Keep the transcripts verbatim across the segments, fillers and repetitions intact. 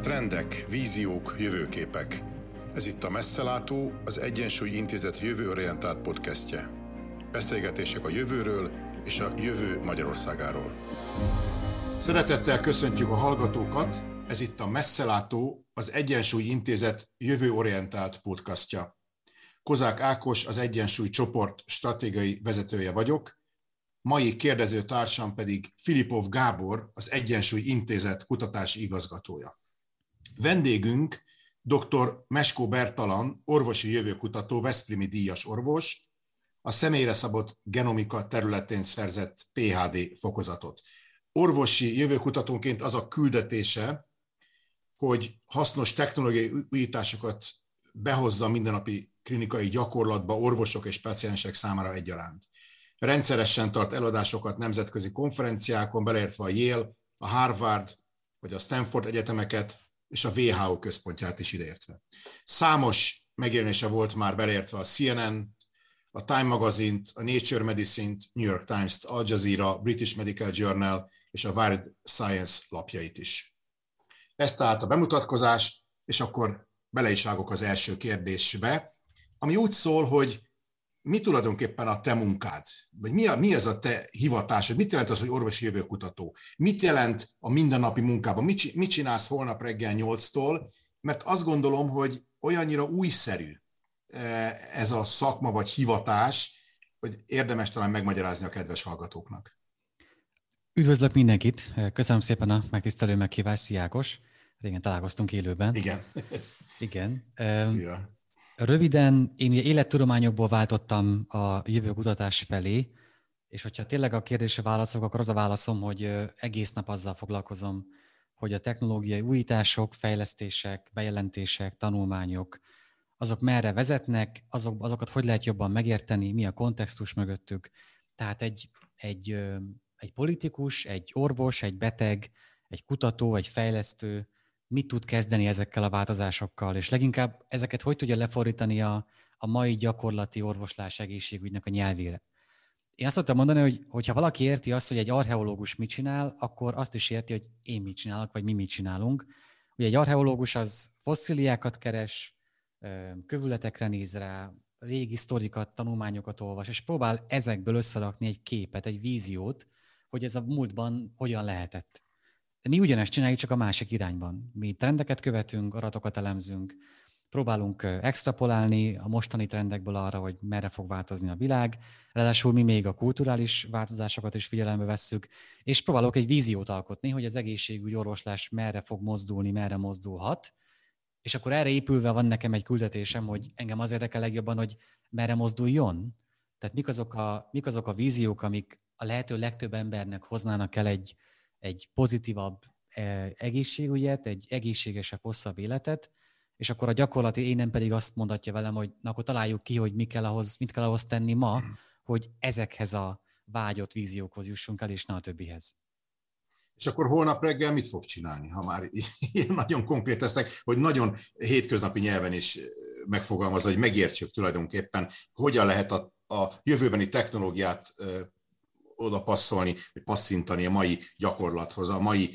Trendek, víziók, jövőképek. Ez itt a Messzelátó, az Egyensúly Intézet jövőorientált podcastje. Beszélgetések a jövőről és a jövő Magyarországáról. Szeretettel köszöntjük a hallgatókat, ez itt a Messzelátó, az Egyensúly Intézet jövőorientált podcastja. Kozák Ákos, az Egyensúly csoport stratégiai vezetője vagyok, mai kérdező társam pedig Filipov Gábor, az Egyensúly Intézet kutatási igazgatója. Vendégünk dr. Meskó Bertalan, orvosi jövőkutató, veszprémi díjas orvos, a személyre szabott genomika területén szerzett pé há dé fokozatot. Orvosi jövőkutatónként az a küldetése, hogy hasznos technológiai újításokat behozza mindennapi klinikai gyakorlatba orvosok és paciensek számára egyaránt. Rendszeresen tart előadásokat nemzetközi konferenciákon, beleértve a Yale, a Harvard vagy a Stanford egyetemeket, és a dupla vé há ó központját is ideértve. Számos megjelenése volt már, beleértve a cé en en, a Time magazint, a Nature Medicine-t, New York Times-t, Al Jazeera, British Medical Journal és a Wired Science lapjait is. Ez tehát a bemutatkozás, és akkor bele is vágok az első kérdésbe, ami úgy szól, hogy mi tulajdonképpen a te munkád? Vagy mi, a, mi ez a te hivatásod? Mit jelent az, hogy orvosi jövőkutató? Mit jelent a mindennapi munkában? Mit, mit csinálsz holnap reggel nyolctól? Mert azt gondolom, hogy olyannyira újszerű ez a szakma vagy hivatás, hogy érdemes talán megmagyarázni a kedves hallgatóknak. Üdvözlök mindenkit! Köszönöm szépen a megtisztelő meghívást, szia Ákos! Régen találkoztunk élőben. Igen. Igen. Szia! Röviden, én élettudományokból váltottam a jövőkutatás felé, és hogyha tényleg a kérdésre válaszolok, akkor az a válaszom, hogy egész nap azzal foglalkozom, hogy a technológiai újítások, fejlesztések, bejelentések, tanulmányok, azok merre vezetnek, azok, azokat hogy lehet jobban megérteni, mi a kontextus mögöttük. Tehát egy, egy, egy politikus, egy orvos, egy beteg, egy kutató, egy fejlesztő mit tud kezdeni ezekkel a változásokkal, és leginkább ezeket hogy tudja lefordítani a, a mai gyakorlati orvoslás egészségügynek a nyelvére. Én azt szoktam mondani, hogy hogyha valaki érti azt, hogy egy archeológus mit csinál, akkor azt is érti, hogy én mit csinálok, vagy mi mit csinálunk. Ugye egy archeológus az fosszíliákat keres, kövületekre néz rá, régi sztorikat, tanulmányokat olvas, és próbál ezekből összerakni egy képet, egy víziót, hogy ez a múltban hogyan lehetett. De mi ugyanezt csináljuk, csak a másik irányban. Mi trendeket követünk, adatokat elemzünk, próbálunk extrapolálni a mostani trendekből arra, hogy merre fog változni a világ, ráadásul mi még a kulturális változásokat is figyelembe vesszük, és próbálok egy víziót alkotni, hogy az egészségügy orvoslás merre fog mozdulni, merre mozdulhat, és akkor erre épülve van nekem egy küldetésem, hogy engem az érdekel legjobban, hogy merre mozduljon. Tehát mik azok a, mik azok a víziók, amik a lehető legtöbb embernek hoznának el egy, egy pozitívabb egészségügyet, egy egészségesebb, hosszabb életet, és akkor a gyakorlati énem pedig azt mondatja velem, hogy na, akkor találjuk ki, hogy mi kell ahhoz, mit kell ahhoz tenni ma, hogy ezekhez a vágyott víziókhoz jussunk el, és ne a többihez. És akkor holnap reggel mit fog csinálni, ha már ilyen nagyon konkrét leszek, hogy nagyon hétköznapi nyelven is megfogalmazva, hogy megértsük tulajdonképpen, hogyan lehet a, a jövőbeni technológiát ö, oda passzolni, vagy passzintani a mai gyakorlathoz, a mai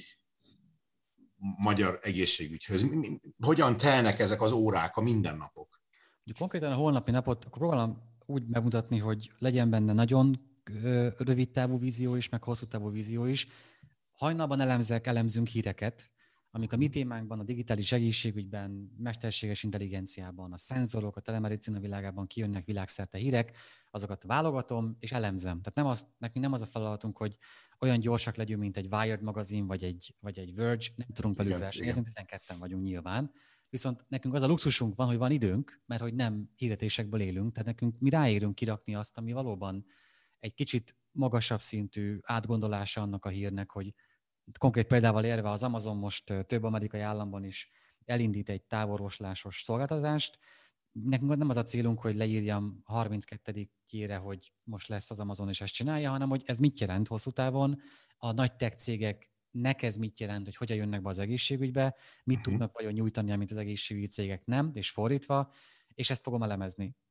magyar egészségügyhöz. Hogyan telnek ezek az órák, a mindennapok? Konkrétan a holnapi napot akkor próbálom úgy megmutatni, hogy legyen benne nagyon rövid távú vízió is, meg hosszú távú vízió is. Hajnalban elemzek, elemzünk híreket, amik a mi témánkban, a digitális egészségügyben, mesterséges intelligenciában, a szenzorok, a telemedicina világában kijönnek világszerte hírek, azokat válogatom és elemzem. Tehát nem az, nekünk nem az a feladatunk, hogy olyan gyorsak legyünk, mint egy Wired magazin, vagy egy, vagy egy Verge, nem tudunk velük versenyezni, tizenketten vagyunk nyilván. Viszont nekünk az a luxusunk van, hogy van időnk, mert hogy nem hirdetésekből élünk, tehát nekünk mi ráérünk kirakni azt, ami valóban egy kicsit magasabb szintű átgondolása annak a hírnek, hogy konkrét példával érve az Amazon most több amerikai államban is elindít egy távorvoslásos szolgáltatást. Nekünk nem az a célunk, hogy leírjam harminckettedikére, hogy most lesz az Amazon és ezt csinálja, hanem hogy ez mit jelent hosszú távon, a nagy tech cégeknek ez mit jelent, hogy hogyan jönnek be az egészségügybe, mit uh-huh. tudnak vajon nyújtani, amit az egészségügyi cégek nem, és fordítva, és ezt fogom elemezni.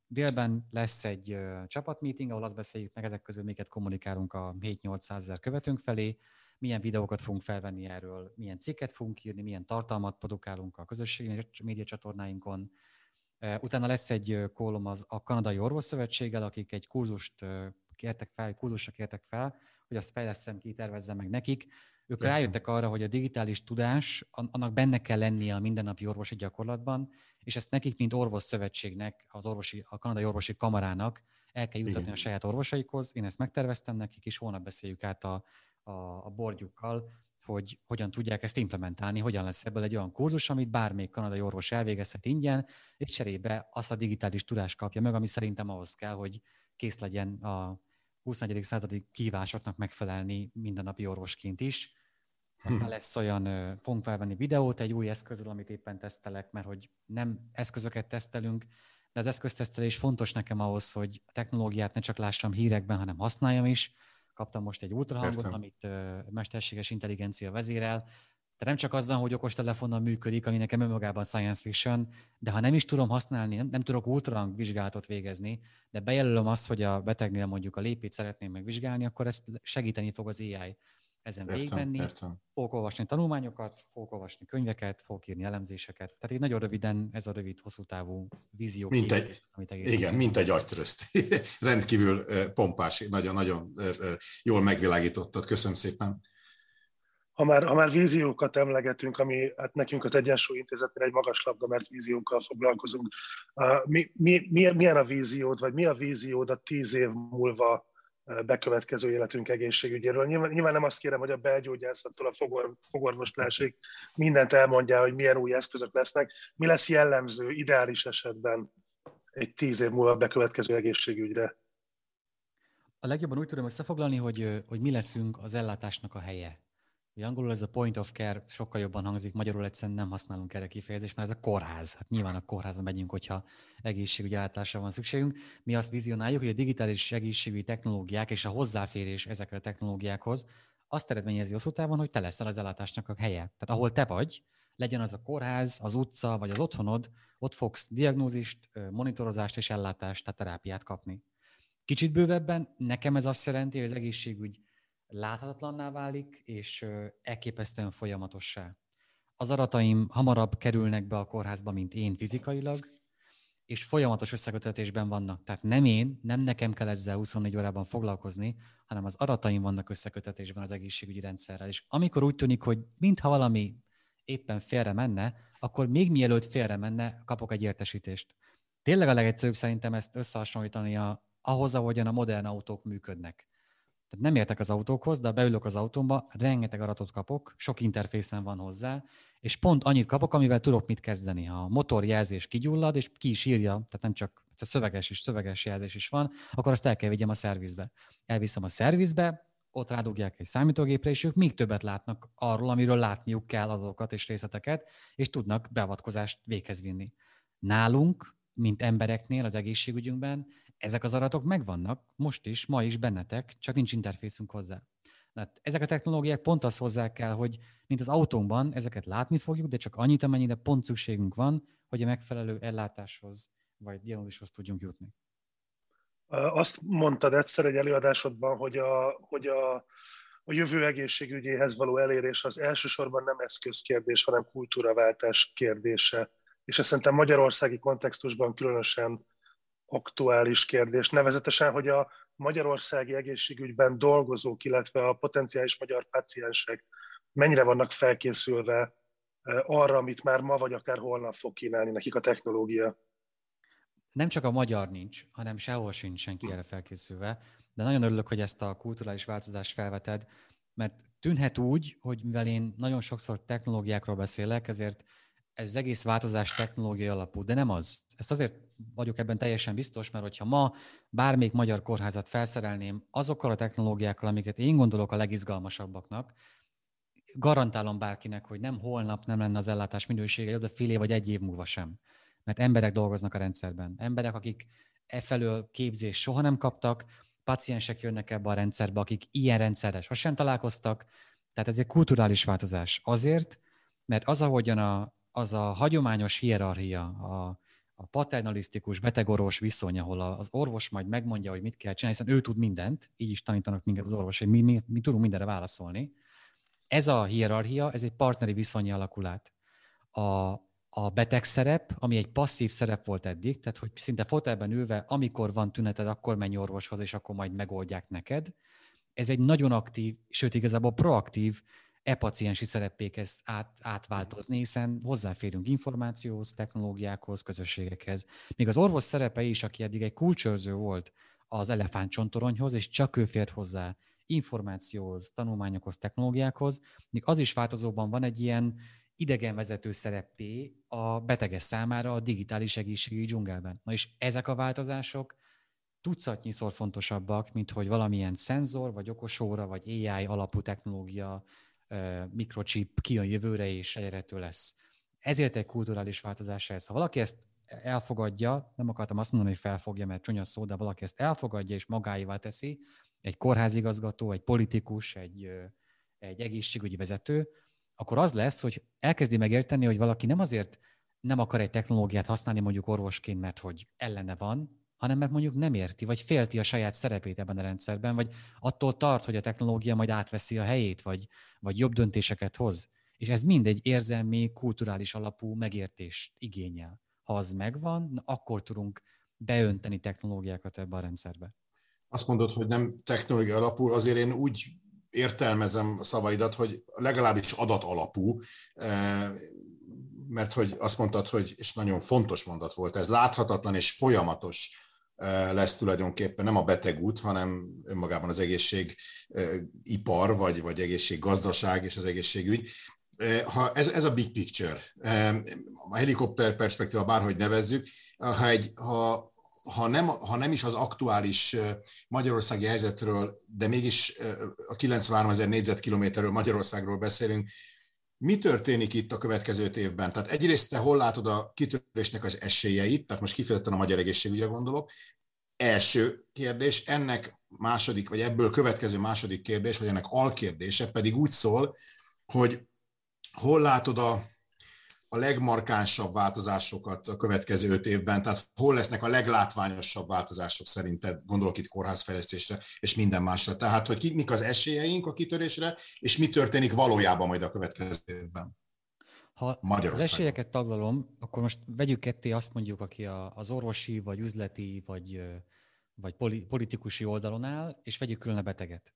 Délben lesz egy uh, csapatmeeting, ahol azt beszéljük meg, ezek közül miket kommunikálunk a hét-nyolcszázezer követőnk felé, milyen videókat fogunk felvenni erről, milyen cikket fogunk írni, milyen tartalmat produkálunk a közösségi média csatornáinkon. Uh, utána lesz egy kólom az a Kanadai Orvosszövetséggel, akik egy kurzust uh, kértek fel, kurzusra kértek fel, hogy azt fejlesszem ki, tervezzem meg nekik. Ők Értem. rájöttek arra, hogy a digitális tudás, annak benne kell lennie a mindennapi orvosi gyakorlatban, és ezt nekik, mint orvosszövetségnek, az orvosi, a Kanadai Orvosi Kamarának el kell juttatni a saját orvosaikhoz. Én ezt megterveztem nekik, és holnap beszéljük át a, a, a bordjukkal, hogy hogyan tudják ezt implementálni, hogyan lesz ebből egy olyan kurzus, amit bármelyik kanadai orvos elvégezhet ingyen, és cserébe azt a digitális tudást kapja meg, ami szerintem ahhoz kell, hogy kész legyen a huszonegyedik századi kihívásoknak megfelelni mindennapi orvosként is. Aztán lesz olyan, fogunk felvenni videót egy új eszközről, amit éppen tesztelek, mert hogy nem eszközöket tesztelünk, de az eszköztesztelés fontos nekem ahhoz, hogy a technológiát ne csak lássam hírekben, hanem használjam is. Kaptam most egy ultrahangot, Értem. amit uh, mesterséges intelligencia vezérel. De nem csak az van, hogy okostelefonnal működik, ami nekem önmagában science fiction, de ha nem is tudom használni, nem, nem tudok ultrahang vizsgálatot végezni, de bejelölöm azt, hogy a betegnél mondjuk a lépét szeretném megvizsgálni, akkor ezt segíteni fog az á i ezen végigmenni. Fogok olvasni tanulmányokat, fogok olvasni könyveket, fogok írni elemzéseket. Tehát így nagyon röviden ez a rövid, hosszú távú vízió. Mint egy, amit igen, mint egy agytröszt. Rendkívül pompás, nagyon-nagyon jól megvilágítottad. Köszönöm szépen. Ha már, ha már víziókat emlegetünk, ami hát nekünk az Egyensúly Intézetnél egy magas labda, mert víziókkal foglalkozunk. Mi, mi, milyen a víziód, vagy mi a víziód a tíz év múlva bekövetkező életünk egészségügyéről? Nyilván, nyilván nem azt kérem, hogy a belgyógyászattól a fogor, fogorvoslásig mindent elmondja, hogy milyen új eszközök lesznek. Mi lesz jellemző ideális esetben egy tíz év múlva bekövetkező egészségügyre? A legjobban úgy tudom összefoglalni, hogy, hogy mi leszünk az ellátásnak a helye. Ugye angolul ez a point of care sokkal jobban hangzik, magyarul egyszerűen nem használunk erre kifejezést, mert ez a kórház. Hát nyilván a kórházba megyünk, hogyha egészségügyi ellátásra van szükségünk. Mi azt vizionáljuk, hogy a digitális egészségügyi technológiák és a hozzáférés ezekre a technológiákhoz azt eredményezi hosszú távon, hogy te leszel az ellátásnak a helye. Tehát ahol te vagy, legyen az a kórház, az utca vagy az otthonod, ott fogsz diagnózist, monitorozást és ellátást, tehát terápiát kapni. Kicsit bővebben nekem ez azt jelenti, hogy az egészségügy láthatatlanná válik, és elképesztően folyamatossá. Az adataim hamarabb kerülnek be a kórházba, mint én fizikailag, és folyamatos összekötetésben vannak. Tehát nem én, nem nekem kell ezzel huszonnégy órában foglalkozni, hanem az adataim vannak összekötetésben az egészségügyi rendszerrel. És amikor úgy tűnik, hogy mintha valami éppen félre menne, akkor még mielőtt félre menne, kapok egy értesítést. Tényleg a legegyszerűbb szerintem ezt összehasonlítani a, ahhoz, ahogyan a modern autók működnek. Tehát nem értek az autókhoz, de beülök az autómba, rengeteg adatot kapok, sok interfészen van hozzá, és pont annyit kapok, amivel tudok mit kezdeni. Ha a motorjelzés kigyullad, és ki is írja, tehát nem csak tehát szöveges és szöveges jelzés is van, akkor azt el kell vigyem a szervizbe. Elviszem a szervizbe, ott rádugják egy számítógépre, és ők még többet látnak arról, amiről látniuk kell adatokat és részleteket, és tudnak beavatkozást véghez vinni. Nálunk, mint embereknél az egészségügyünkben, ezek az adatok megvannak, most is, ma is bennetek, csak nincs interfészünk hozzá. Tehát ezek a technológiák pont azt hozzá kell, hogy mint az autónkban, ezeket látni fogjuk, de csak annyit, amennyire pont szükségünk van, hogy a megfelelő ellátáshoz vagy diagnózishoz tudjunk jutni. Azt mondtad egyszer egy előadásodban, hogy a, hogy a, a jövő egészségügyéhez való elérés az elsősorban nem eszközkérdés, hanem kultúraváltás kérdése. És ezt szerintem magyarországi kontextusban különösen aktuális kérdés, nevezetesen, hogy a magyarországi egészségügyben dolgozók, illetve a potenciális magyar páciensek mennyire vannak felkészülve arra, amit már ma vagy akár holnap fog kínálni nekik a technológia. Nem csak a magyar nincs, hanem sehol sincs senki erre felkészülve, de nagyon örülök, hogy ezt a kulturális változást felveted, mert tűnhet úgy, hogy mivel én nagyon sokszor technológiákról beszélek, ezért ez az egész változás technológiai alapú, de nem az. Ezt azért vagyok ebben teljesen biztos, mert hogyha ma bármelyik magyar kórházat felszerelném azokkal a technológiákkal, amiket én gondolok a legizgalmasabbaknak, garantálom bárkinek, hogy nem holnap nem lenne az ellátás minősége jobb, de fél év vagy egy év múlva sem. Mert emberek dolgoznak a rendszerben. Emberek, akik e felől képzést soha nem kaptak, paciensek jönnek ebbe a rendszerbe, akik ilyen rendszerrel sosem találkoztak. Tehát ez egy kulturális változás. Azért, mert az, ahogyan a, az a hagyományos hierarchia, a, a paternalisztikus betegorvos viszony, ahol az orvos majd megmondja, hogy mit kell csinálni, hiszen ő tud mindent, így is tanítanak minket az orvos, hogy mi, mi, mi tudunk mindenre válaszolni. Ez a hierarchia, ez egy partneri viszonyi alakul át. A, a beteg szerep, ami egy passzív szerep volt eddig, tehát hogy szinte fotelben ülve, amikor van tüneted, akkor menj orvoshoz, és akkor majd megoldják neked. Ez egy nagyon aktív, sőt igazából proaktív e-paciensi szereppé kezd át, átváltozni, hiszen hozzáférünk információhoz, technológiákhoz, közösségekhez. Még az orvos szerepe is, aki eddig egy kulcsőrző volt az elefántcsontoronyhoz, és csak ő fért hozzá információhoz, tanulmányokhoz, technológiákhoz, még az is változóban van egy ilyen idegenvezető szereppé a beteges számára a digitális egészségügyi dzsungelben. Na és ezek a változások tucatnyiszor fontosabbak, mint hogy valamilyen szenzor, vagy okosóra, vagy á i alapú technológia, mikrochip kijön jövőre, és elérhető lesz. Ezért egy kulturális változás ez. Ha valaki ezt elfogadja, nem akartam azt mondani, hogy felfogja, mert csúnya szó, de valaki ezt elfogadja és magáévá teszi, egy kórházigazgató, egy politikus, egy, egy egészségügyi vezető, akkor az lesz, hogy elkezdi megérteni, hogy valaki nem azért nem akar egy technológiát használni mondjuk orvosként, mert hogy ellene van, hanem mert mondjuk nem érti, vagy félti a saját szerepét ebben a rendszerben, vagy attól tart, hogy a technológia majd átveszi a helyét, vagy, vagy jobb döntéseket hoz. És ez mind egy érzelmi, kulturális alapú megértést igényel. Ha az megvan, akkor tudunk beönteni technológiákat ebbe a rendszerbe. Azt mondod, hogy nem technológia alapú, azért én úgy értelmezem a szavaidat, hogy legalábbis adat alapú, mert hogy azt mondtad, hogy, és nagyon fontos mondat volt ez, láthatatlan és folyamatos lesz tulajdonképpen nem a betegút, hanem önmagában az egészségipar, vagy, vagy egészséggazdaság és az egészségügy. Ha ez, ez a big picture, a helikopter perspektíva, bárhogy nevezzük, ha, egy, ha, ha, nem, ha nem is az aktuális magyarországi helyzetről, de mégis a kilencvenháromezer négyzetkilométerről Magyarországról beszélünk, mi történik itt a következő évben? Tehát egyrészt te hol látod a kitörésnek az esélyeit, tehát most kifejezetten a magyar egészségügyre gondolok. Első kérdés, ennek második, vagy ebből következő második kérdés, vagy ennek alkérdése pedig úgy szól, hogy hol látod a, a legmarkánsabb változásokat a következő öt évben, tehát hol lesznek a leglátványosabb változások szerinted, gondolok itt kórházfejlesztésre és minden másra. Tehát, hogy mik az esélyeink a kitörésre, és mi történik valójában majd a következő évben. Ha az esélyeket taglalom, akkor most vegyük ketté, azt mondjuk, aki a, az orvosi, vagy üzleti, vagy, vagy politikusi oldalon áll, és vegyük külön a beteget.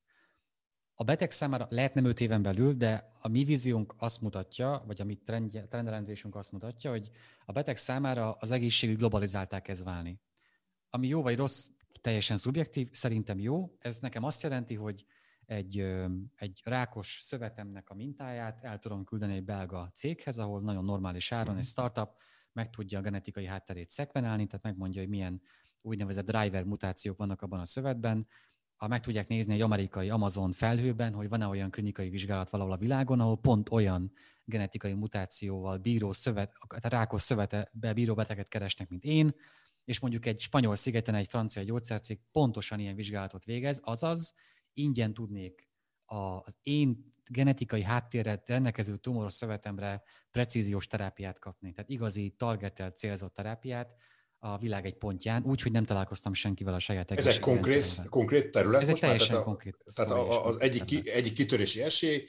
A beteg számára lehet nem öt éven belül, de a mi víziónk azt mutatja, vagy a mi trendelemzésünk azt mutatja, hogy a beteg számára az egészségügy globalizáltá kezd válni. Ami jó vagy rossz, teljesen szubjektív, szerintem jó. Ez nekem azt jelenti, hogy egy, egy rákos szövetemnek a mintáját el tudom küldeni egy belga céghez, ahol nagyon normális áron egy startup meg tudja a genetikai hátterét szekvenálni, tehát megmondja, hogy milyen úgynevezett driver mutációk vannak abban a szövetben. Ha meg tudják nézni egy amerikai Amazon felhőben, hogy van-e olyan klinikai vizsgálat valahol a világon, ahol pont olyan genetikai mutációval bíró szövet, tehát rákos szövetbe bíró beteget keresnek, mint én, és mondjuk egy spanyol szigeten egy francia gyógyszercég pontosan ilyen vizsgálatot végez, azaz ingyen tudnék az én genetikai háttérrel rendelkező tumoros szövetemre precíziós terápiát kapni. Tehát igazi, targetelt, célzott terápiát a világ egy pontján, úgy, hogy nem találkoztam senkivel a saját egészségügyi. Ez egy konkrét, konkrét terület? Ez most egy teljesen már, konkrét. Tehát a, az egyik, ki, egyik kitörési esély...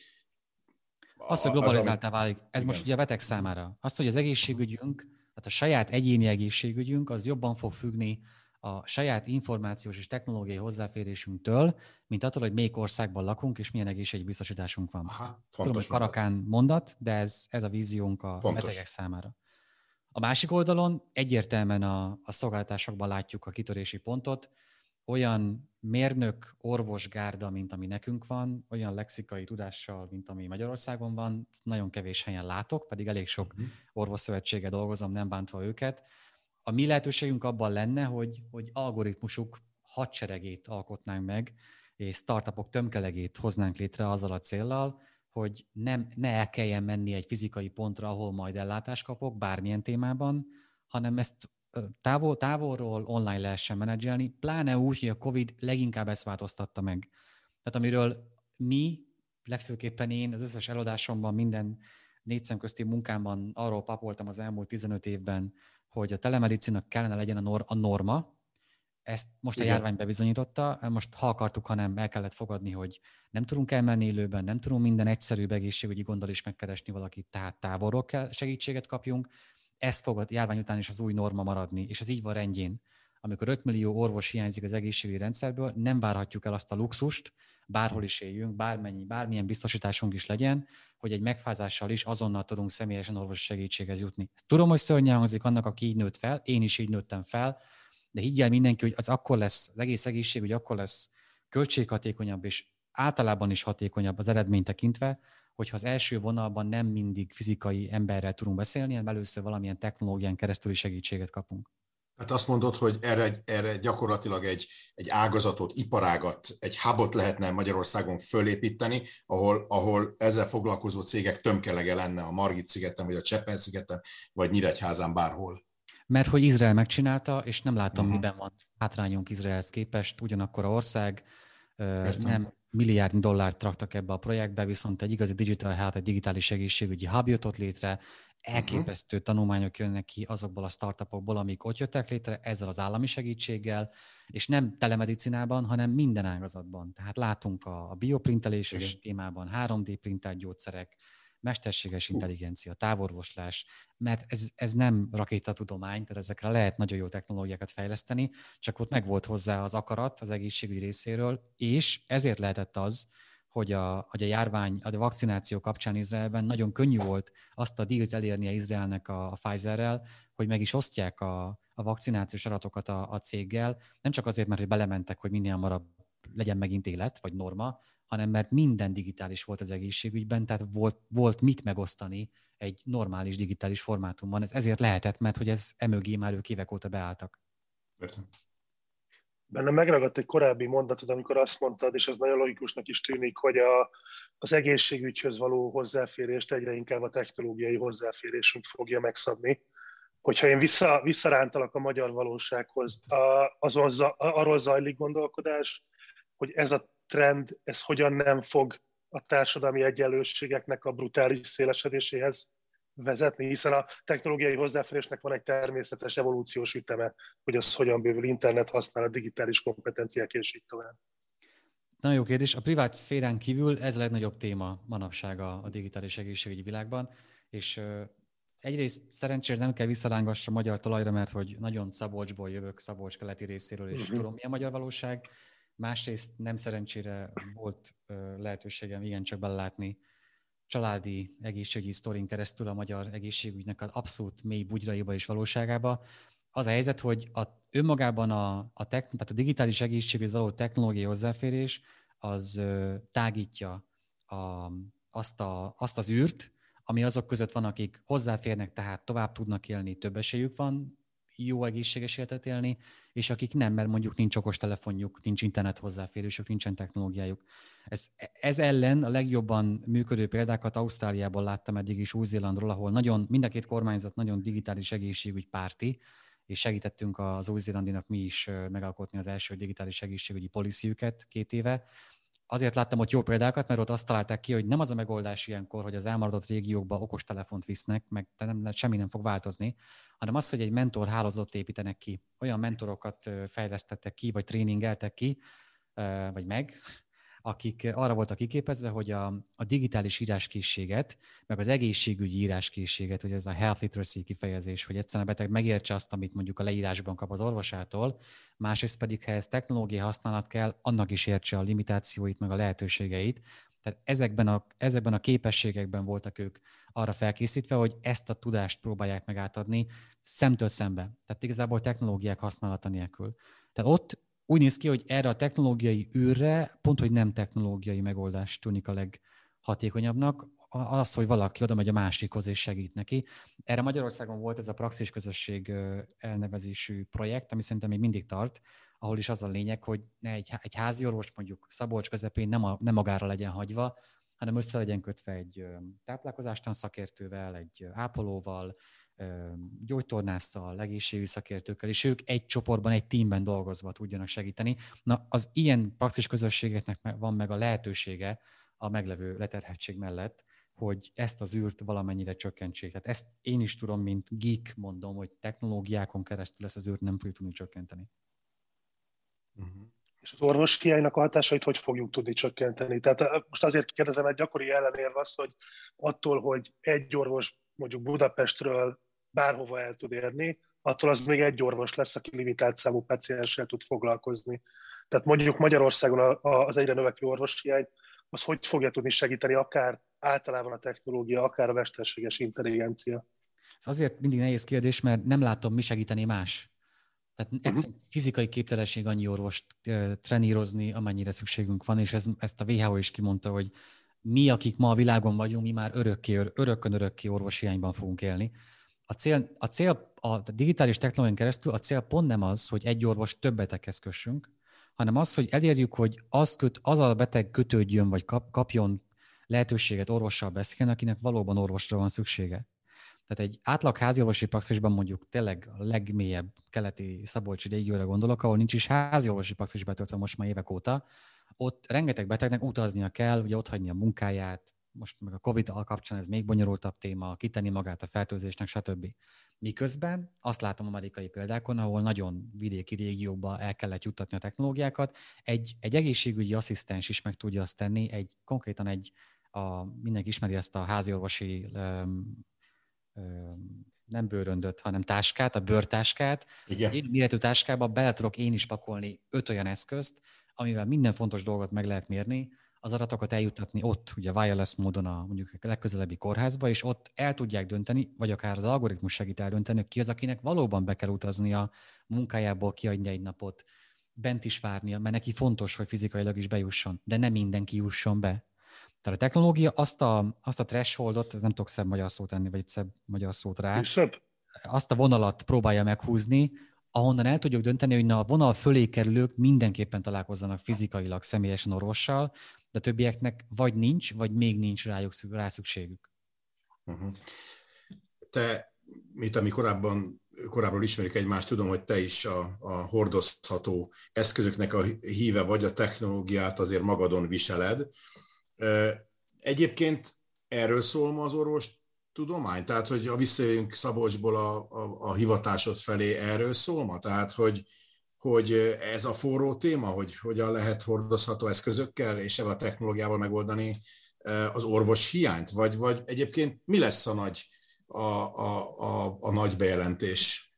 Az, hogy globalizáltá válik. Ez igen. Most ugye a beteg számára. Azt, hogy az egészségügyünk, tehát a saját egyéni egészségügyünk, az jobban fog függni a saját információs és technológiai hozzáférésünktől, mint attól, hogy melyik országban lakunk, és milyen egészségügyi biztosításunk van. Aha, Tudom, hogy karakán mondat, mondat de ez, ez a víziónk a fontos. Betegek számára. A másik oldalon egyértelműen a, a szolgáltatásokban látjuk a kitörési pontot. Olyan mérnök, orvosgárda, mint ami nekünk van, olyan lexikai tudással, mint ami Magyarországon van, nagyon kevés helyen látok, pedig elég sok uh-huh. orvosszövetséggel dolgozom, nem bántva őket. A mi lehetőségünk abban lenne, hogy, hogy algoritmusuk hadseregét alkotnánk meg, és startupok tömkelegét hoznánk létre azzal a céllal, hogy nem, ne el kelljen menni egy fizikai pontra, ahol majd ellátást kapok bármilyen témában, hanem ezt távol, távolról online lehessen menedzselni, pláne úgy, hogy a Covid leginkább ezt változtatta meg. Tehát amiről mi, legfőképpen én az összes előadásomban minden négy szemközti munkámban arról papoltam az elmúlt tizenöt évben, hogy a telemedicinak kellene legyen a, nor- a norma. Ezt most a járvány bebizonyította, most ha akartuk, hanem el kellett fogadni, hogy nem tudunk elmenni élőben, nem tudunk minden egyszerűbb egészségügyi gonddal is megkeresni valakit, tehát távolról kell segítséget kapjunk. Ez fog a járvány után is az új norma maradni, és ez így van rendjén. Amikor öt millió orvos hiányzik az egészségügyi rendszerből, nem várhatjuk el azt a luxust, bárhol is éljünk, bármennyi, bármilyen biztosításunk is legyen, hogy egy megfázással is azonnal tudunk személyesen orvosi segítséghez jutni. Tudom, hogy szörnyen hangzik annak, aki így nőtt fel, én is így nőttem fel, de higgyel mindenki, hogy az akkor lesz, az egész egészségügy akkor lesz költséghatékonyabb, és általában is hatékonyabb az eredményt tekintve, hogyha az első vonalban nem mindig fizikai emberrel tudunk beszélni, hanem először valamilyen technológián keresztüli segítséget kapunk. Hát azt mondod, hogy erre, erre gyakorlatilag egy, egy ágazatot, iparágat, egy hubot lehetne Magyarországon fölépíteni, ahol, ahol ezzel foglalkozó cégek tömkelege lenne a Margit-szigeten, vagy a Csepel-szigeten, vagy Nyíregyházán, bárhol. Mert hogy Izrael megcsinálta, és nem látom, uh-huh. miben van hátrányunk Izraelhez képest, ugyanakkor a ország Értem. nem milliárd dollárt raktak ebbe a projektbe, viszont egy igazi digital health, egy digitális egészségügyi hub jutott létre, elképesztő uh-huh. tanulmányok jönnek ki azokból a startupokból, amik ott jöttek létre, ezzel az állami segítséggel, és nem telemedicinában, hanem minden ágazatban. Tehát látunk a, a bioprinteléses uh-huh. témában három dé printelt gyógyszerek, mesterséges intelligencia, távorvoslás, mert ez, ez nem rakétatudomány, tehát ezekre lehet nagyon jó technológiákat fejleszteni, csak ott megvolt hozzá az akarat az egészségügy részéről, és ezért lehetett az, hogy a, hogy a járvány, a vakcináció kapcsán Izraelben nagyon könnyű volt azt a dílt elérnie Izraelnek a, a Pfizerrel, hogy meg is osztják a, a vakcinációs adatokat a, a céggel, nem csak azért, mert hogy belementek, hogy minél hamarabb legyen megint élet, vagy norma, hanem mert minden digitális volt az egészségügyben, tehát volt, volt mit megosztani egy normális digitális formátumban. Ez ezért lehetett, mert hogy ez emögé már ők évek óta beálltak. Értem. Bennem megragadt egy korábbi mondatod, amikor azt mondtad, és ez nagyon logikusnak is tűnik, hogy a, az egészségügyhöz való hozzáférést egyre inkább a technológiai hozzáférésünk fogja megszabni. Hogyha én vissza, visszarántalak a magyar valósághoz, azon, arról zajlik gondolkodás, hogy ez a trend, ez hogyan nem fog a társadalmi egyenlőségeknek a brutális szélesedéséhez vezetni, hiszen a technológiai hozzáférésnek van egy természetes evolúciós üteme, hogy az hogyan bővül, internet használat, digitális kompetenciák és így tovább. Nagyon jó kérdés. A privát szférán kívül ez a legnagyobb téma manapság a, a digitális egészségügyi világban, és uh, egyrészt szerencsére nem kell visszarángassam a magyar talajra, mert hogy nagyon Szabolcsból jövök, Szabolcs keleti részéről, és uh-huh. tudom, mi a magyar valóság. Másrészt nem szerencsére volt uh, lehetőségem igencsak belelátni családi egészségügyi sztorin keresztül a magyar egészségügynek az abszolút mély bugyraiba és valóságába. Az a helyzet, hogy a, önmagában a, a, tech, tehát a digitális egészségügyhez való technológiai hozzáférés az uh, tágítja a, azt, a, azt az űrt, ami azok között van, akik hozzáférnek, tehát tovább tudnak élni, több esélyük van jó egészséges életet élni, és akik nem, mert mondjuk nincs okostelefonjuk, nincs internet hozzáférésük, nincsen technológiájuk. Ez, ez ellen a legjobban működő példákat Ausztráliából láttam eddig is, Új-Zélandról, ahol nagyon, mind a két kormányzat nagyon digitális egészségügy párti, és segítettünk az új-zélandinak mi is megalkotni az első digitális egészségügyi policyjüket két éve. Azért láttam ott jó példákat, mert ott azt találták ki, hogy nem az a megoldás ilyenkor, hogy az elmaradott régiókba okostelefont visznek, meg nem, semmi nem fog változni, hanem az, hogy egy mentor hálózatot építenek ki. Olyan mentorokat fejlesztettek ki, vagy tréningeltek ki, vagy meg, akik arra voltak kiképezve, hogy a, a digitális íráskészséget, meg az egészségügyi íráskészséget, hogy ez a health literacy kifejezés, hogy egyszerűen a beteg megértse azt, amit mondjuk a leírásban kap az orvosától, másrészt pedig, ha ez technológiai használat kell, annak is értse a limitációit, meg a lehetőségeit. Tehát ezekben a, ezekben a képességekben voltak ők arra felkészítve, hogy ezt a tudást próbálják meg átadni szemtől szembe. Tehát igazából technológiák használata nélkül. Tehát ott úgy néz ki, hogy erre a technológiai űrre pont, hogy nem technológiai megoldás tűnik a leghatékonyabbnak, az, hogy valaki oda megy a másikhoz és segít neki. Erre Magyarországon volt ez a Praxis Közösség elnevezésű projekt, ami szerintem még mindig tart, ahol is az a lényeg, hogy ne egy, egy házi orvos mondjuk Szabolcs közepén nem, a, nem magára legyen hagyva, hanem össze legyen kötve egy táplálkozástan szakértővel, egy ápolóval, gyógytornásszal, egészségügyi szakértőkkel, és ők egy csoportban, egy teamben dolgozva tudjanak segíteni. Na, az ilyen praxis közösségeknek van meg a lehetősége a meglevő leterhettség mellett, hogy ezt az űrt valamennyire csökkentsék. Tehát ezt én is tudom, mint geek mondom, hogy technológiákon keresztül ezt az űrt nem fogjuk tudni csökkenteni. Uh-huh. És az orvos hiánynak a hatásait hogy fogjuk tudni csökkenteni? Tehát most azért kérdezem, egy gyakori ellenérv azt, hogy attól, hogy egy orvos mondjuk Budapestről bárhova el tud érni, attól az még egy orvos lesz, aki limitált számú pacienssel tud foglalkozni. Tehát mondjuk Magyarországon az egyre növekvő orvoshiány, az hogy fogja tudni segíteni akár általában a technológia, akár a mesterséges intelligencia? Ez azért mindig nehéz kérdés, mert nem látom, mi segíteni más. Tehát egyszerűen uh-huh. fizikai képtelenség annyi orvost trenírozni, amennyire szükségünk van, és ez, ezt a vé há o is kimondta, hogy mi, akik ma a világon vagyunk, mi már örökké, örökkön örökké orvoshiányban fogunk élni. A cél, a cél a digitális technológián keresztül a cél pont nem az, hogy egy orvos több beteghez kössünk, hanem az, hogy elérjük, hogy az, köt, az a beteg kötődjön, vagy kap, kapjon lehetőséget orvossal beszélni, akinek valóban orvosra van szüksége. Tehát egy átlag háziorvosi praxisban mondjuk tényleg a legmélyebb keleti szabolcsi régióra gondolok, ahol nincs is háziorvosi praxis betöltve most már évek óta, ott rengeteg betegnek utaznia kell, ugye otthagyni a munkáját, most meg a Covid kapcsán ez még bonyolultabb téma, kitenni magát a fertőzésnek, stb. Miközben azt látom amerikai példákon, ahol nagyon vidéki régiókba el kellett juttatni a technológiákat, egy, egy egészségügyi asszisztens is meg tudja azt tenni, egy, konkrétan egy, a, mindenki ismeri ezt a háziorvosi um, um, nem bőröndöt, hanem táskát, a bőrtáskát. Igen. Én méretű táskába bele tudok én is pakolni öt olyan eszközt, amivel minden fontos dolgot meg lehet mérni, az adatokat eljuttatni ott, ugye wireless módon a mondjuk a legközelebbi kórházba, és ott el tudják dönteni, vagy akár az algoritmus segít eldönteni, hogy ki az, akinek valóban be kell utazni a munkájából, kiadni egy napot, bent is várnia, mert neki fontos, hogy fizikailag is bejusson, de nem mindenki jusson be. Tehát a technológia azt a, azt a thresholdot, nem tudok szebb magyar szót tenni, vagy szebb magyar szót rá, Szebb. azt a vonalat próbálja meghúzni, ahonnan el tudjuk dönteni, hogy na, a vonal fölé kerülők mindenképpen találkozzanak fizikailag, személyesen orvossal, de többieknek vagy nincs, vagy még nincs rájuk rá szükségük. Uh-huh. Te, mint ami korábban, korábban ismerjük egymást, tudom, hogy te is a, a hordozható eszközöknek a híve vagy, a technológiát azért magadon viseled. Egyébként erről szól ma az orvostudomány? Tehát, hogy ha visszajövünk Szabolcsból a, a, a hivatásod felé, erről szól ma? Tehát, hogy hogy ez a forró téma, hogy hogyan lehet hordozható eszközökkel és ebben a technológiával megoldani az orvos hiányt? Vagy, vagy egyébként mi lesz a nagy, a, a, a, a nagy bejelentés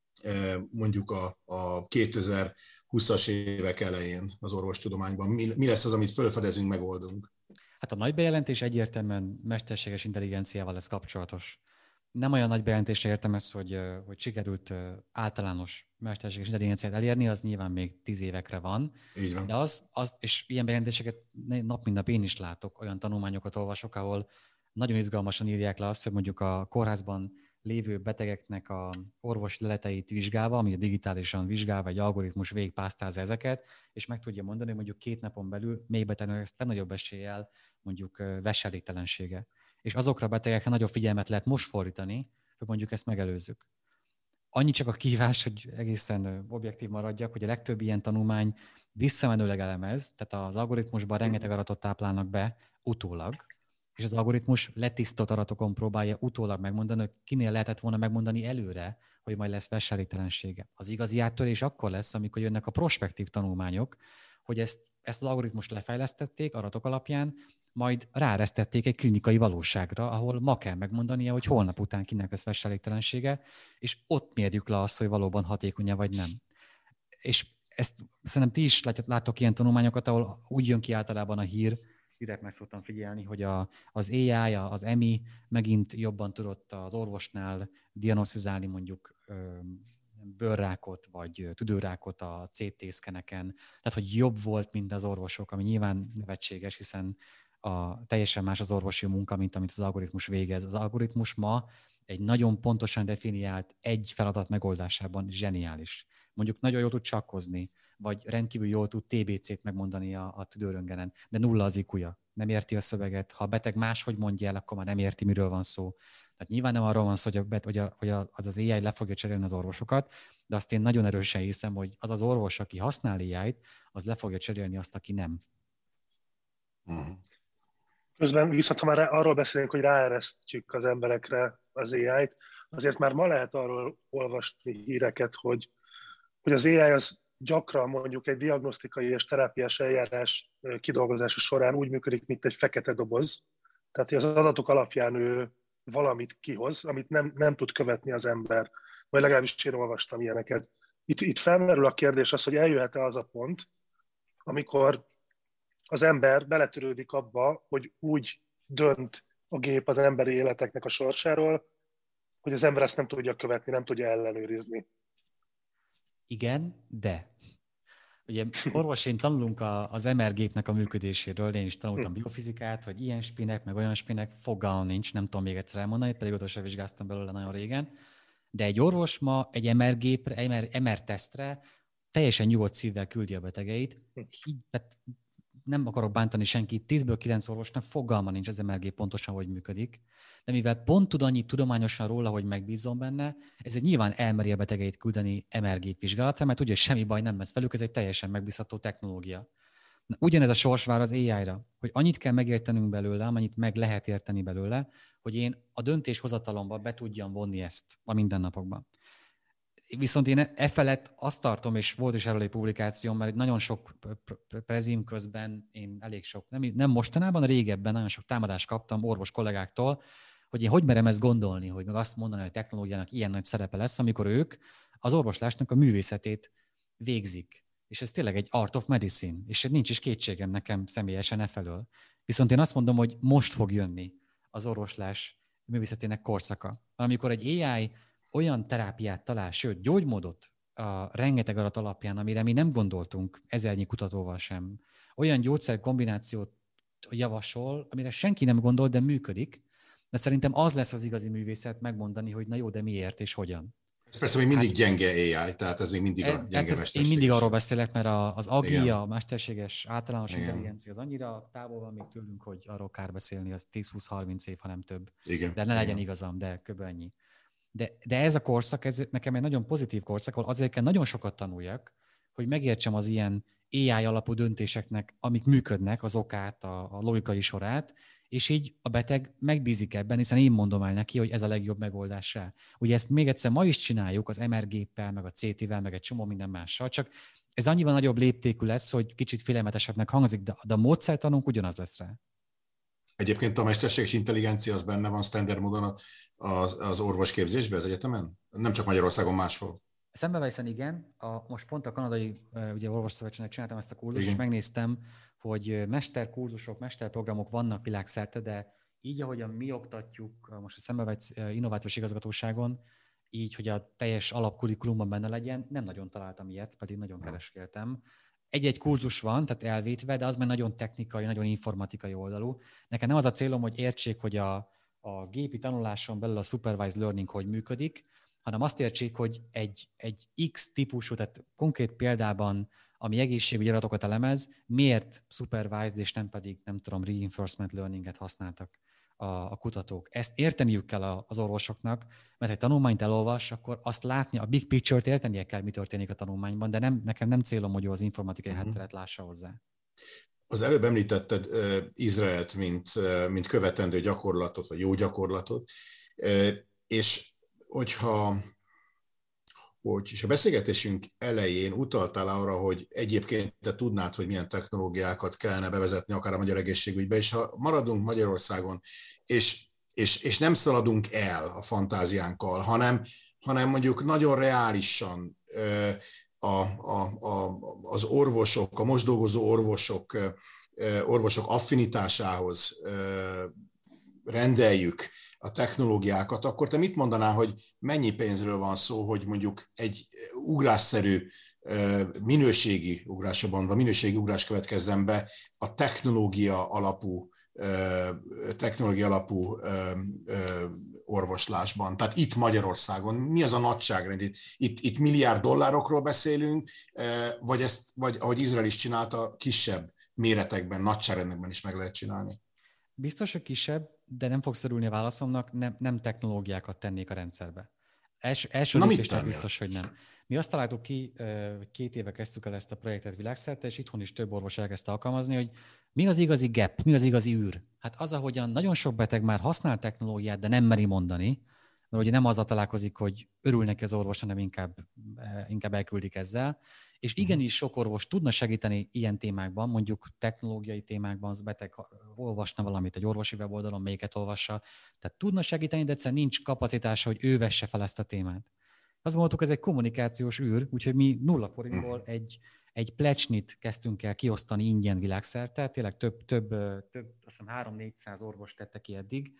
mondjuk a, a kétezer-húszas évek elején az orvostudományban? Mi, mi lesz az, amit felfedezünk, megoldunk? Hát a nagy bejelentés egyértelműen mesterséges intelligenciával lesz kapcsolatos. Nem olyan nagy bejelentésre értem ezt, hogy, hogy sikerült általános mesterséges intelligenciát elérni, az nyilván még tíz évekre van. Így van. De az, az, és ilyen bejelentéseket nap mint nap én is látok, olyan tanulmányokat olvasok, ahol nagyon izgalmasan írják le azt, hogy mondjuk a kórházban lévő betegeknek a orvosi leleteit vizsgálva, ami a digitálisan vizsgálva, egy algoritmus végigpásztázza ezeket, és meg tudja mondani, hogy mondjuk két napon belül még betegnek legnagyobb eséllyel mondjuk veselégtelensége. És azokra a betegekre nagyobb figyelmet lehet most fordítani, hogy mondjuk ezt megelőzzük. Annyi csak a kihívás, hogy egészen objektív maradjak, hogy a legtöbb ilyen tanulmány visszamenőleg elemez, tehát az algoritmusban rengeteg adatot táplálnak be utólag, és az algoritmus letisztott adatokon próbálja utólag megmondani, hogy kinél lehetett volna megmondani előre, hogy majd lesz veselégtelensége. Az igazi áttörés akkor lesz, amikor jönnek a prospektív tanulmányok, hogy ezt, ezt az algoritmust lefejlesztették adatok alapján, majd ráeresztették egy klinikai valóságra, ahol ma kell megmondania, hogy holnap után kinek lesz veselégtelensége, és ott mérjük le azt, hogy valóban hatékonya vagy nem. És ezt szerintem ti is láttok ilyen tanulmányokat, ahol úgy jön ki általában a hír, direkt meg szoktam figyelni, hogy a, az á i, az em i megint jobban tudott az orvosnál diagnosztizálni mondjuk bőrrákot, vagy tüdőrákot a cé té-szkeneken. Tehát, hogy jobb volt, mint az orvosok, ami nyilván nevetséges, hiszen a, teljesen más az orvosi munka, mint amit az algoritmus végez. Az algoritmus ma egy nagyon pontosan definiált egy feladat megoldásában zseniális. Mondjuk nagyon jól tud csakkozni, vagy rendkívül jól tud té bé cét megmondani a, a tüdőröntgenen, de nulla az i kú-ja. Nem érti a szöveget. Ha a beteg máshogy mondja el, akkor már nem érti, miről van szó. Tehát nyilván nem arról van szó, hogy, a, hogy, a, hogy a, az az á i le fogja cserélni az orvosokat, de azt én nagyon erősen hiszem, hogy az az orvos, aki használ á i-t, az le fogja cserélni azt, aki nem. Uh-huh. Közben viszont, ha már arról beszélünk, hogy ráeresztjük az emberekre az á í-t, azért már ma lehet arról olvasni híreket, hogy, hogy az á í az gyakran mondjuk egy diagnosztikai és terápiás eljárás kidolgozása során úgy működik, mint egy fekete doboz. Tehát, hogy az adatok alapján ő valamit kihoz, amit nem, nem tud követni az ember. Vagy legalábbis én olvastam ilyeneket. Itt, itt felmerül a kérdés az, hogy eljöhet-e az a pont, amikor az ember beletörődik abba, hogy úgy dönt a gép az emberi életeknek a sorsáról, hogy az ember ezt nem tudja követni, nem tudja ellenőrizni. Igen, de. Ugye orvosén tanulunk a, az em er gépnek a működéséről, én is tanultam biofizikát, hogy ilyen spinek, meg olyan spinek, fogalmam nincs, nem tudom még egyszer elmondani, pedig ott sem vizsgáztam belőle nagyon régen. De egy orvos ma egy em er gépre, em er tesztre teljesen nyugodt szívvel küldi a betegeit. Így, tehát nem akarok bántani senkit, tízből kilenc orvosnak fogalma nincs az em er gép pontosan, hogy működik. De mivel pont tud annyit tudományosan róla, hogy megbízom benne, ezért nyilván elmeri a betegeit küldeni em er gép vizsgálatra, mert ugye semmi baj nem lesz velük, ez egy teljesen megbízható technológia. Na, ugyanez a sors vár az á í-ra, hogy annyit kell megértenünk belőle, amennyit meg lehet érteni belőle, hogy én a döntéshozatalomba be tudjam vonni ezt a mindennapokban. Viszont én e felett azt tartom, és volt is erről egy publikáció, mert nagyon sok prezim közben én elég sok, nem, nem mostanában, régebben nagyon sok támadást kaptam orvos kollégáktól, hogy én hogy merem ezt gondolni, hogy meg azt mondani, hogy a technológiának ilyen nagy szerepe lesz, amikor ők az orvoslásnak a művészetét végzik. És ez tényleg egy art of medicine, és nincs is kétségem nekem személyesen e felől. Viszont én azt mondom, hogy most fog jönni az orvoslás művészetének korszaka. Amikor egy á í olyan terápiát talál, sőt, gyógymódot a rengeteg adat alapján, amire mi nem gondoltunk ezernyi kutatóval sem. Olyan gyógyszerkombinációt javasol, amire senki nem gondol, de működik. De szerintem az lesz az igazi művészet megmondani, hogy na jó, de miért és hogyan. Ez persze még mindig hát, gyenge á í, tehát ez még mindig a gyenge mesterséges. Én mindig arról beszélek, mert az á gé i, a mesterséges általános Igen. intelligencia az annyira távol van még tőlünk, hogy arról kár beszélni, az tíz-húsz-harminc év, ha nem több. Igen. De ne legyen Igen. igazam, de kb. Ennyi. De, de ez a korszak, ez nekem egy nagyon pozitív korszak, ahol azért kell nagyon sokat tanuljak, hogy megértsem az ilyen á í alapú döntéseknek, amik működnek, az okát, a, a logikai sorát, és így a beteg megbízik ebben, hiszen én mondom el neki, hogy ez a legjobb megoldás rá. Ugye ezt még egyszer ma is csináljuk az em er géppel, meg a cé té-vel, meg egy csomó minden mással, csak ez annyival nagyobb léptékű lesz, hogy kicsit félelmetesebbnek hangzik, de, de a módszertanunk ugyanaz lesz rá. Egyébként a mesterséges intelligencia az benne van standard módon az, az orvosképzésben az egyetemen? Nem csak Magyarországon, máshol? Szembevészem igen. A, most pont a kanadai ugye, orvosszövetségnek csináltam ezt a kurzust, és megnéztem, hogy mesterkurzusok, mesterprogramok vannak világszerte, de így, ahogyan mi oktatjuk most a Szembevész Innovációs Igazgatóságon, így, hogy a teljes alapkurikulumban benne legyen, nem nagyon találtam ilyet, pedig nagyon keresgéltem. Egy-egy kurzus van, tehát elvétve, de az már nagyon technikai, nagyon informatikai oldalú. Nekem nem az a célom, hogy értsék, hogy a, a gépi tanuláson belül a supervised learning hogy működik, hanem azt értsék, hogy egy, egy X típusú, tehát konkrét példában, ami egészségügyi adatokat elemez, miért supervised és nem pedig, nem tudom, reinforcement learninget használtak a, a kutatók. Ezt érteniük kell az orvosoknak, mert ha egy tanulmányt elolvas, akkor azt látni, a big picture-t értenie kell, mi történik a tanulmányban, de nem, nekem nem célom, hogy az informatikai uh-huh. hátteret lássa hozzá. Az előbb említetted uh, Izraelt, mint, uh, mint követendő gyakorlatot, vagy jó gyakorlatot, uh, és hogyha hogy és a beszélgetésünk elején utaltál arra, hogy egyébként te tudnád, hogy milyen technológiákat kellene bevezetni akár a magyar egészségügybe, és ha maradunk Magyarországon, és, és, és nem szaladunk el a fantáziánkkal, hanem, hanem mondjuk nagyon reálisan a, a, a, az orvosok, a most dolgozó orvosok, orvosok affinitásához rendeljük a technológiákat, akkor te mit mondanál, hogy mennyi pénzről van szó, hogy mondjuk egy ugrásszerű minőségi ugrásban, vagy minőségi ugrás következzen be a technológia alapú, technológia alapú orvoslásban. Tehát itt Magyarországon mi az a nagyságrend? Itt, itt, itt milliárd dollárokról beszélünk, vagy, ezt, vagy ahogy Izrael is csinálta, kisebb méretekben, nagyságrendekben is meg lehet csinálni? Biztos, hogy kisebb, de nem fogsz örülni a válaszomnak, nem, nem technológiákat tennék a rendszerbe. Els, első lépésnek biztos, hogy nem. Mi azt találtuk ki, hogy két éve kezdtük el ezt a projektet világszerte, és itthon is több orvos elkezdte alkalmazni, hogy mi az igazi gap, mi az igazi űr. Hát az, ahogyan nagyon sok beteg már használ technológiát, de nem meri mondani, mert ugye nem azzal találkozik, hogy örül neki az orvos, hanem inkább, inkább elküldik ezzel. És igenis sok orvos tudna segíteni ilyen témákban, mondjuk technológiai témákban, az beteg olvasna valamit egy orvosi weboldalon, melyiket olvassa. Tehát tudna segíteni, de egyszerűen nincs kapacitása, hogy ő vesse fel ezt a témát. Azt gondoltuk, ez egy kommunikációs űr, úgyhogy mi nulla forintból egy, egy plecsnit kezdtünk el kiosztani ingyen világszerte. Tényleg több, több, több azt hiszem három-négyszáz orvos tette ki eddig,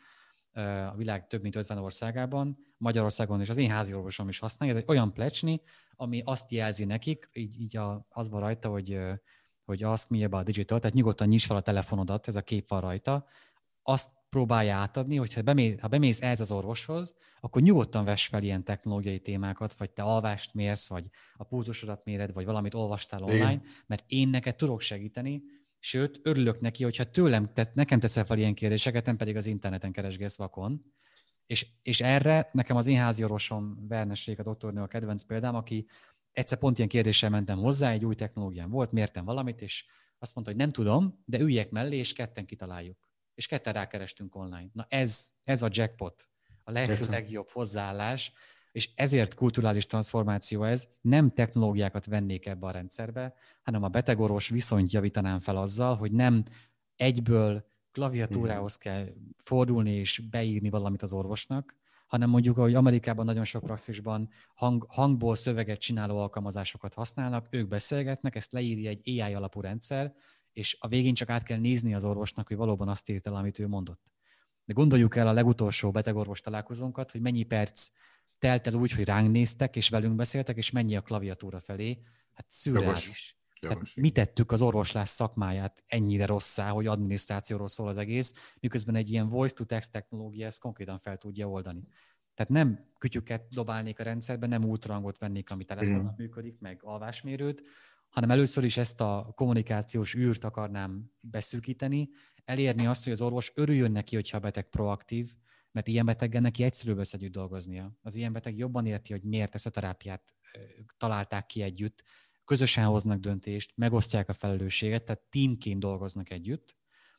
a világ több mint ötven országában, Magyarországon és az én házi orvosom is használja. Ez egy olyan plecsni, ami azt jelzi nekik, így, így a, az van rajta, hogy, hogy ask me about digital, tehát nyugodtan nyisd fel a telefonodat, ez a kép van rajta, azt próbálja átadni, hogy ha, bemész, ha bemész ez az orvoshoz, akkor nyugodtan vess fel ilyen technológiai témákat, vagy te alvást mérsz, vagy a pulzusodat méred, vagy valamit olvastál online, igen, mert én neked tudok segíteni, sőt, örülök neki, hogyha tőlem, te, nekem teszel fel ilyen kérdéseket, nem pedig az interneten keresgélsz vakon. És, és erre nekem az én házi orvosom, Vernessék, a doktornő a kedvenc példám, aki egyszer pont ilyen kérdéssel mentem hozzá, egy új technológián volt, mértem valamit, és azt mondta, hogy nem tudom, de üljek mellé, és ketten kitaláljuk. És ketten rákerestünk online. Na ez, ez a jackpot, a lehető legjobb hozzáállás, és ezért kulturális transformáció ez, nem technológiákat vennék ebbe a rendszerbe, hanem a betegorvos viszonyt javítanám fel azzal, hogy nem egyből klaviatúrához kell fordulni és beírni valamit az orvosnak, hanem mondjuk, ahogy Amerikában nagyon sok praxisban hang, hangból szöveget csináló alkalmazásokat használnak, ők beszélgetnek, ezt leírja egy á i alapú rendszer, és a végén csak át kell nézni az orvosnak, hogy valóban azt írt el, amit ő mondott. De gondoljuk el a legutolsó betegorvos találkozónkat, hogy mennyi perc telt el úgy, hogy ránk néztek, és velünk beszéltek, és mennyi a klaviatúra felé. Hát szürreális. Tehát mi tettük az orvoslás szakmáját ennyire rosszá, hogy adminisztrációról szól az egész, miközben egy ilyen voice-to-text technológia ezt konkrétan fel tudja oldani. Tehát nem kütyüket dobálnék a rendszerbe, nem ultrahangot vennék, ami telefonon működik, meg alvásmérőt, hanem először is ezt a kommunikációs űrt akarnám beszűkíteni, elérni azt, hogy az orvos örüljön neki, hogyha a beteg proaktív, mert ilyen beteggel neki egyszerűbb lesz együtt dolgoznia. Az ilyen beteg jobban érti, hogy miért ezt a terápiát találták ki együtt, közösen hoznak döntést, megosztják a felelősséget, tehát teamként dolgoznak együtt.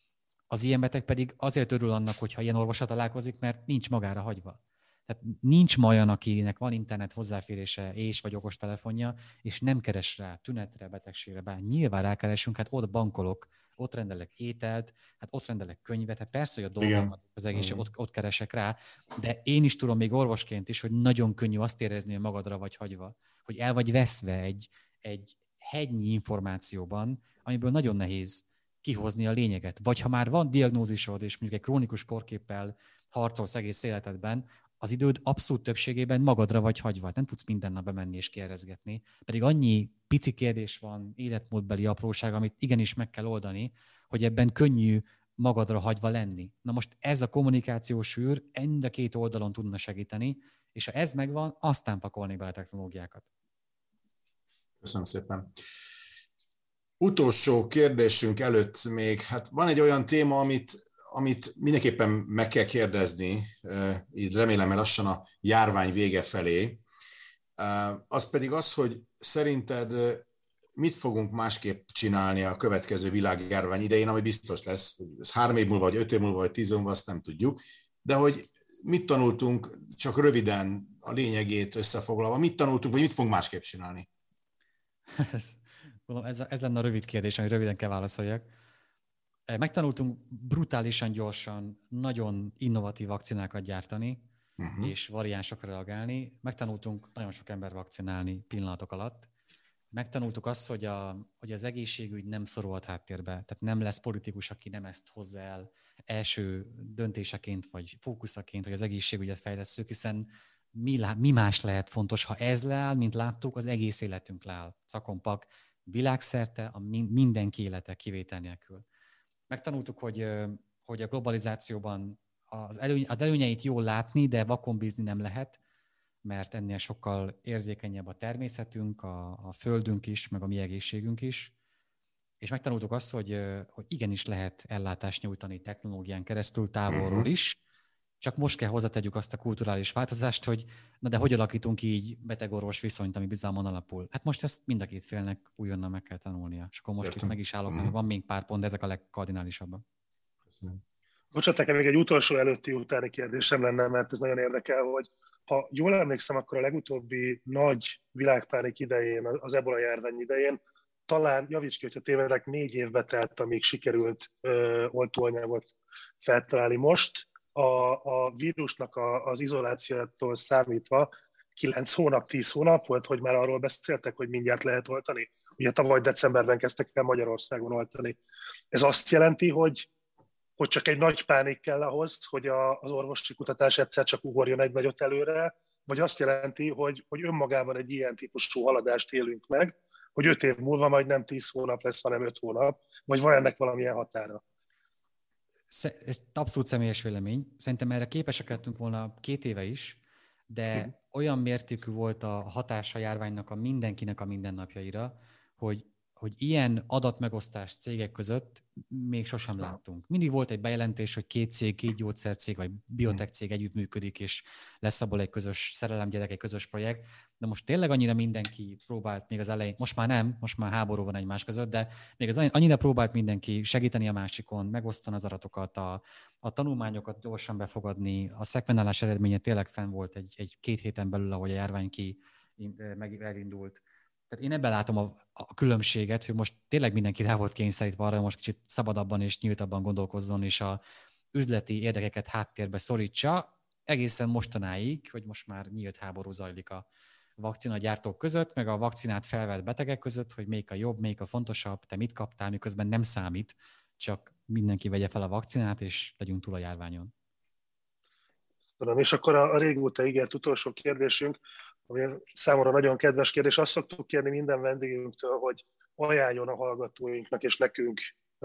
Az ilyen beteg pedig azért örül annak, hogyha ilyen orvosra találkozik, mert nincs magára hagyva. Tehát nincs ma olyan, akinek van internet hozzáférése és vagy okostelefonja, és nem keres rá tünetre, betegségre, bár nyilván rákeresünk, hát ott bankolok, ott rendelek ételt, hát ott rendelek könyvet, hát persze, hogy a dolgomat az egészség, ott, ott keresek rá, de én is tudom még orvosként is, hogy nagyon könnyű azt érezni, hogy magadra vagy hagyva, hogy el vagy veszve egy, egy hegynyi információban, amiből nagyon nehéz kihozni a lényeget. Vagy ha már van diagnózisod, és mondjuk egy krónikus korképpel harcolsz egész életedben, az időd abszolút többségében magadra vagy hagyva. Nem tudsz minden nap bemenni és kérdezgetni. Pedig annyi pici kérdés van, életmódbeli apróság, amit igenis meg kell oldani, hogy ebben könnyű magadra hagyva lenni. Na most ez a kommunikációs űr mind a két oldalon tudna segíteni, és ha ez megvan, aztán pakolnék bele technológiákat. Köszönöm szépen. Utolsó kérdésünk előtt még, hát van egy olyan téma, amit amit mindenképpen meg kell kérdezni, így remélem, hogy lassan a járvány vége felé, az pedig az, hogy szerinted mit fogunk másképp csinálni a következő világjárvány idején, ami biztos lesz, ez három év múlva, vagy öt év múlva, vagy tíz év múlva, azt nem tudjuk, de hogy mit tanultunk, csak röviden a lényegét összefoglalva, mit tanultunk, vagy mit fogunk másképp csinálni? Ez, ez lenne a rövid kérdés, amit röviden kell válaszoljak. Megtanultunk brutálisan gyorsan, nagyon innovatív vakcinákat gyártani, uh-huh. és variánsokra reagálni. Megtanultunk nagyon sok ember vakcinálni pillanatok alatt. Megtanultuk azt, hogy, a, hogy az egészségügy nem szorulhat háttérbe. Tehát nem lesz politikus, aki nem ezt hozza el első döntéseként, vagy fókuszaként, hogy az egészségügyet fejlesszük, hiszen mi, mi más lehet fontos, ha ez leáll, mint láttuk, az egész életünk leáll. Cakompak, világszerte, a mindenki élete kivétel nélkül. Megtanultuk, hogy, hogy a globalizációban az, előny, az előnyeit jól látni, de vakon bízni nem lehet, mert ennél sokkal érzékenyebb a természetünk, a, a földünk is, meg a mi egészségünk is. És megtanultuk azt, hogy, hogy igenis lehet ellátást nyújtani technológián keresztül távolról is, Csak most kell hozzátegyük azt a kulturális változást, hogy na de hogy alakítunk így beteg-orvos viszonyt, ami bizalmon alapul. Hát most ezt mind a két félnek újonnan meg kell tanulnia. És akkor most Értem. Itt meg is állok, mm. van még pár pont, de ezek a legkardinálisabbak. Bocsánat, nekem még egy utolsó előtti utáni kérdésem lenne, mert ez nagyon érdekel, hogy ha jól emlékszem, akkor a legutóbbi nagy világpánik idején, az ebola járvány idején, talán, javíts ki, hogyha tévedek, négy évbe telt, amíg sikerült ö, oltóanyagot feltalálni. Most a, a vírusnak a, az izolációtól számítva kilenc hónap, tíz hónap volt, hogy már arról beszéltek, hogy mindjárt lehet oltani. Ugye tavaly decemberben kezdtek el Magyarországon oltani. Ez azt jelenti, hogy hogy csak egy nagy pánik kell ahhoz, hogy a, az orvosi kutatás egyszer csak ugorjon egy nagyot előre, vagy azt jelenti, hogy, hogy önmagában egy ilyen típusú haladást élünk meg, hogy öt év múlva majd nem tíz hónap lesz, hanem öt hónap, vagy van ennek valamilyen határa? Ez abszolút személyes vélemény. Szerintem erre képesek lettünk volna két éve is, de hmm. olyan mértékű volt a hatása járványnak a mindenkinek a mindennapjaira, hogy hogy ilyen adatmegosztás cégek között még sosem láttunk. Mindig volt egy bejelentés, hogy két cég, két gyógyszercég vagy biotech cég együttműködik, és lesz abból egy közös szerelemgyerek, egy közös projekt, de most tényleg annyira mindenki próbált még az elején, most már nem, most már háború van egymás között, de még az annyira próbált mindenki segíteni a másikon, megosztani az adatokat, a, a tanulmányokat gyorsan befogadni, a szekvenálás eredménye tényleg fenn volt egy, egy két héten belül, ahogy a járvány ki meg elindult. Tehát én ebben látom a, a különbséget, hogy most tényleg mindenki rá volt kényszerítve arra, hogy most kicsit szabadabban és nyíltabban gondolkozzon, és a üzleti érdekeket háttérbe szorítsa, egészen mostanáig, hogy most már nyílt háború zajlik a vakcinagyártók között, meg a vakcinát felvett betegek között, hogy melyik a jobb, melyik a fontosabb, te mit kaptál, miközben nem számít, csak mindenki vegye fel a vakcinát, és legyünk túl a járványon. Tudom, és akkor a, a régóta ígért utolsó kérdésünk, ami számomra nagyon kedves kérdés, azt szoktuk kérni minden vendégünktől, hogy ajánljon a hallgatóinknak és nekünk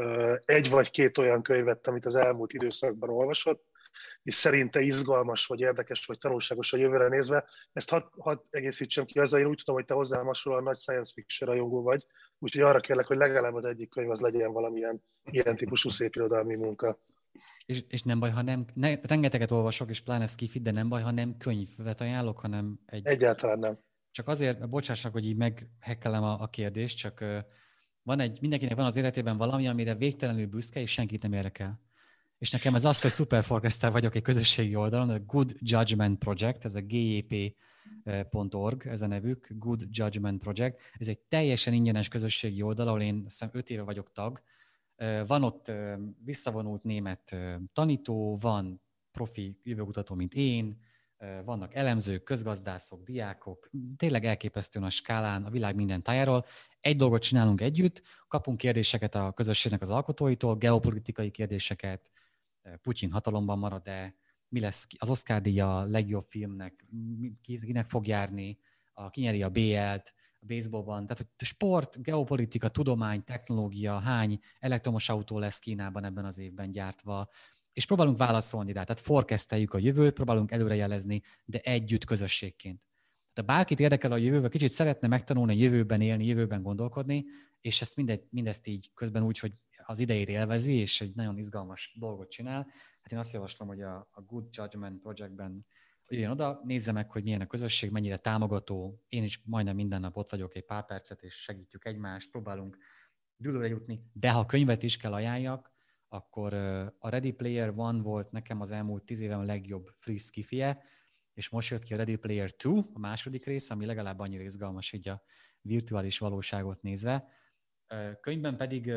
egy vagy két olyan könyvet, amit az elmúlt időszakban olvasott, és szerinte izgalmas, vagy érdekes, vagy tanulságos a jövőre nézve. Ezt hadd had egészítsem ki azzal, én úgy tudom, hogy te hozzám hasonlóan nagy science fiction rajongó vagy, úgyhogy arra kérlek, hogy legalább az egyik könyv az legyen valamilyen ilyen típusú szépirodalmi munka. És, és nem baj, ha nem, ne, rengeteget olvasok, és pláne skifi, de nem baj, ha nem könyvet ajánlok, hanem egy... Egyáltalán nem. Csak azért, bocsássak, hogy így meghekkelem a, a kérdést, csak uh, van egy, mindenkinek van az életében valami, amire végtelenül büszke, és senkit nem érdekel. És nekem ez az, hogy Superforecaster vagyok egy közösségi oldalon, a Good Judgment Project, ez a g j p pont org, ez a nevük, Good Judgment Project. Ez egy teljesen ingyenes közösségi oldal, ahol én hiszem öt éve vagyok tag. Van ott visszavonult német tanító, van profi jövőkutató, mint én, vannak elemzők, közgazdászok, diákok, tényleg elképesztően a skálán, a világ minden tájáról. Egy dolgot csinálunk együtt, kapunk kérdéseket a közösségnek az alkotóitól, geopolitikai kérdéseket, Putyin hatalomban marad-e, mi lesz az Oscar-díja a legjobb filmnek, kinek fog járni, a, kinyeri a bé el-t, a baseballban, tehát hogy sport, geopolitika, tudomány, technológia, hány elektromos autó lesz Kínában ebben az évben gyártva, és próbálunk válaszolni rá, tehát forecasteljük a jövőt, próbálunk előrejelezni, de együtt közösségként. Tehát bárkit érdekel a jövőben, kicsit szeretne megtanulni a jövőben élni, jövőben gondolkodni, és ezt mindegy, mindezt így közben úgy, hogy az idejét élvezi, és egy nagyon izgalmas dolgot csinál. Hát én azt javaslom, hogy a, a Good Judgment Projectben jöjjön oda, nézze meg, hogy milyen a közösség, mennyire támogató. Én is majdnem minden nap ott vagyok egy pár percet, és segítjük egymást, próbálunk dűlőre jutni. De ha könyvet is kell ajánljak, akkor a Ready Player One volt nekem az elmúlt tíz éven a legjobb free skifie, és most jött ki a Ready Player Two, a második rész, ami legalább annyira izgalmas így a virtuális valóságot nézve. Könyvben pedig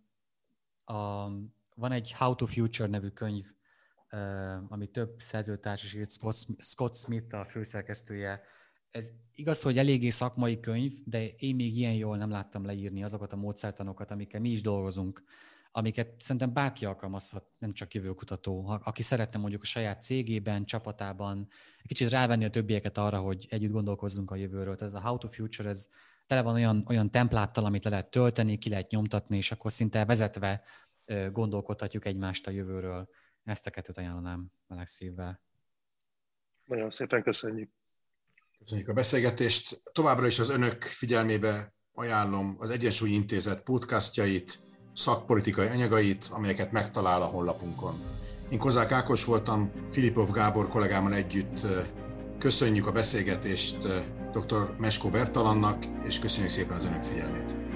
a, van egy How to Future nevű könyv, ami több szerzőtárs is írt, Scott Smith a főszerkesztője. Ez igaz, hogy eléggé szakmai könyv, de én még ilyen jól nem láttam leírni azokat a módszertanokat, amikkel mi is dolgozunk, amiket szerintem bárki alkalmazhat, nem csak jövőkutató, aki szeretne mondjuk a saját cégében, csapatában, egy kicsit rávenni a többieket arra, hogy együtt gondolkozzunk a jövőről. Tehát ez a How to Future, ez tele van olyan, olyan templáttal, amit le lehet tölteni, ki lehet nyomtatni, és akkor szinte vezetve gondolkodhatjuk egymást a jövőről. Ezt a kettőt ajánlanám meleg szívvel. Nagyon szépen köszönjük. Köszönjük a beszélgetést. Továbbra is az önök figyelmébe ajánlom az Egyensúly Intézet podcastjait, szakpolitikai anyagait, amelyeket megtalál a honlapunkon. Én Kozák Ákos voltam, Filipov Gábor kollégámmal együtt köszönjük a beszélgetést dr. Meskó Bertalannak, és köszönjük szépen az önök figyelmét.